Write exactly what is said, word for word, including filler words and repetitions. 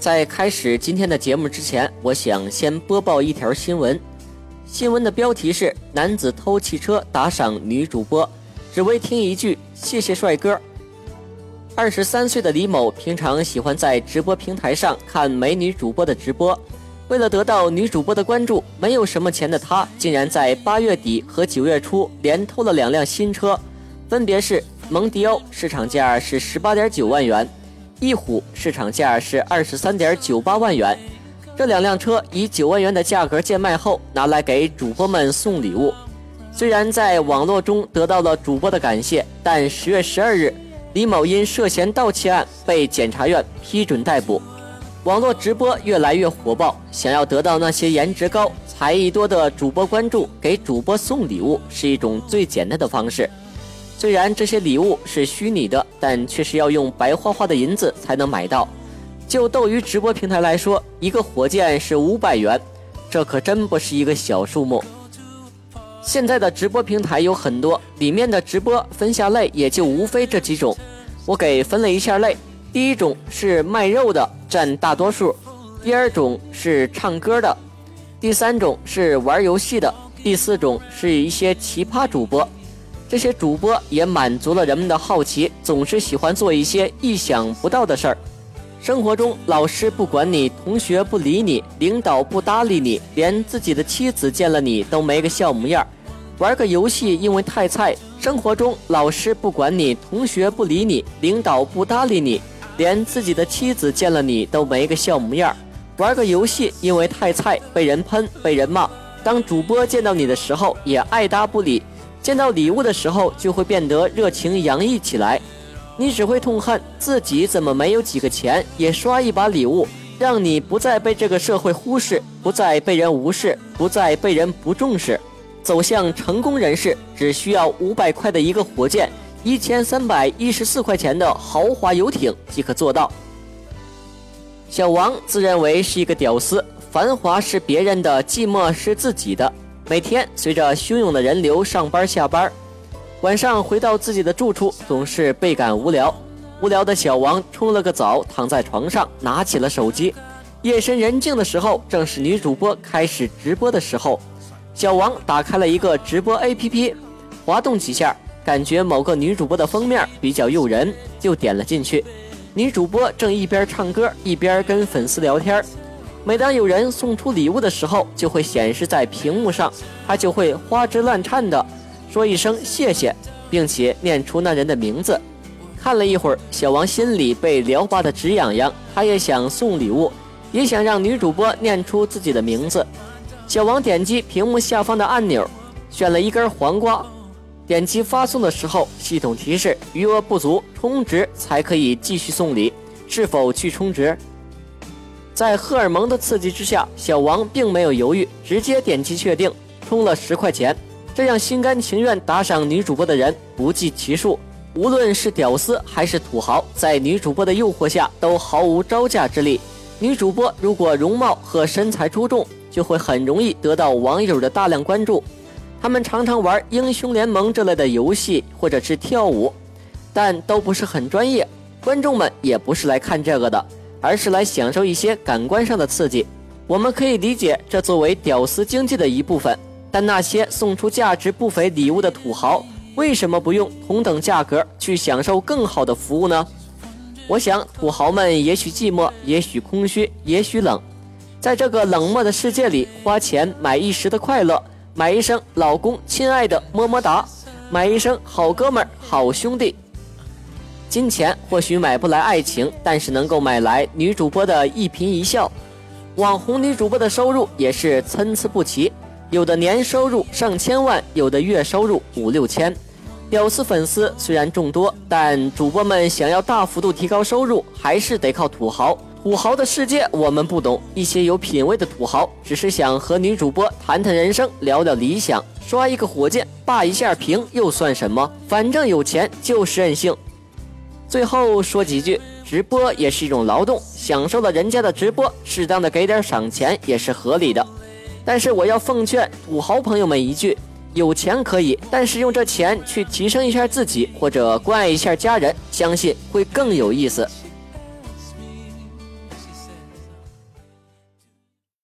在开始今天的节目之前，我想先播报一条新闻。新闻的标题是男子偷汽车打赏女主播，只为听一句谢谢帅哥。二十三岁的李某平常喜欢在直播平台上看美女主播的直播，为了得到女主播的关注，没有什么钱的他竟然在八月底和九月初连偷了两辆新车，分别是蒙迪欧，市场价是 十八点九万元，翼虎市场价是 二十三点九八万元。这两辆车以九万元的价格贱卖后，拿来给主播们送礼物。虽然在网络中得到了主播的感谢，但十月十二日，李某因涉嫌盗窃案被检察院批准逮捕。网络直播越来越火爆，想要得到那些颜值高、才艺多的主播关注，给主播送礼物是一种最简单的方式。虽然这些礼物是虚拟的，但却是要用白花花的银子才能买到。就斗鱼直播平台来说，一个火箭是五百元，这可真不是一个小数目。现在的直播平台有很多，里面的直播分下类也就无非这几种，我给分了一下类。第一种是卖肉的，占大多数；第二种是唱歌的；第三种是玩游戏的；第四种是一些奇葩主播。这些主播也满足了人们的好奇，总是喜欢做一些意想不到的事儿。生活中，老师不管你，同学不理你，领导不搭理你，连自己的妻子见了你都没个笑模样。玩个游戏因为太菜，生活中老师不管你，同学不理你，领导不搭理你，连自己的妻子见了你都没个笑模样。玩个游戏因为太菜，被人喷，被人骂。当主播见到你的时候也爱搭不理，见到礼物的时候就会变得热情洋溢起来。你只会痛恨自己怎么没有几个钱也刷一把礼物，让你不再被这个社会忽视，不再被人无视，不再被人不重视。走向成功人士只需要五百块的一个火箭，一千三百一十四块钱的豪华游艇即可做到。小王自认为是一个屌丝，繁华是别人的，寂寞是自己的。每天随着汹涌的人流上班下班，晚上回到自己的住处总是倍感无聊。无聊的小王冲了个澡，躺在床上拿起了手机。夜深人静的时候，正是女主播开始直播的时候。小王打开了一个直播 A P P， 滑动几下，感觉某个女主播的封面比较诱人，就点了进去。女主播正一边唱歌一边跟粉丝聊天，每当有人送出礼物的时候，就会显示在屏幕上，她就会花枝乱颤的说一声谢谢，并且念出那人的名字。看了一会儿，小王心里被撩拨的直痒痒，他也想送礼物，也想让女主播念出自己的名字。小王点击屏幕下方的按钮，选了一根黄瓜，点击发送的时候，系统提示余额不足，充值才可以继续送礼，是否去充值？在荷尔蒙的刺激之下，小王并没有犹豫，直接点击确定，充了十块钱。这样心甘情愿打赏女主播的人不计其数，无论是屌丝还是土豪，在女主播的诱惑下都毫无招架之力。女主播如果容貌和身材出众，就会很容易得到网友的大量关注。他们常常玩英雄联盟这类的游戏，或者是跳舞，但都不是很专业。观众们也不是来看这个的，而是来享受一些感官上的刺激。我们可以理解这作为屌丝经济的一部分，但那些送出价值不菲礼物的土豪，为什么不用同等价格去享受更好的服务呢？我想土豪们也许寂寞，也许空虚，也许冷，在这个冷漠的世界里，花钱买一时的快乐，买一声老公亲爱的么么哒，买一声好哥们儿好兄弟。金钱或许买不来爱情，但是能够买来女主播的一颦一笑。网红女主播的收入也是参差不齐，有的年收入上千万，有的月收入五六千。屌丝粉丝虽然众多，但主播们想要大幅度提高收入，还是得靠土豪。土豪的世界我们不懂，一些有品位的土豪只是想和女主播谈谈人生，聊聊理想，刷一个火箭，霸一下屏又算什么？反正有钱就是任性。最后说几句，直播也是一种劳动，享受了人家的直播，适当的给点赏钱也是合理的。但是我要奉劝土豪朋友们一句，有钱可以，但是用这钱去提升一下自己，或者关爱一下家人，相信会更有意思。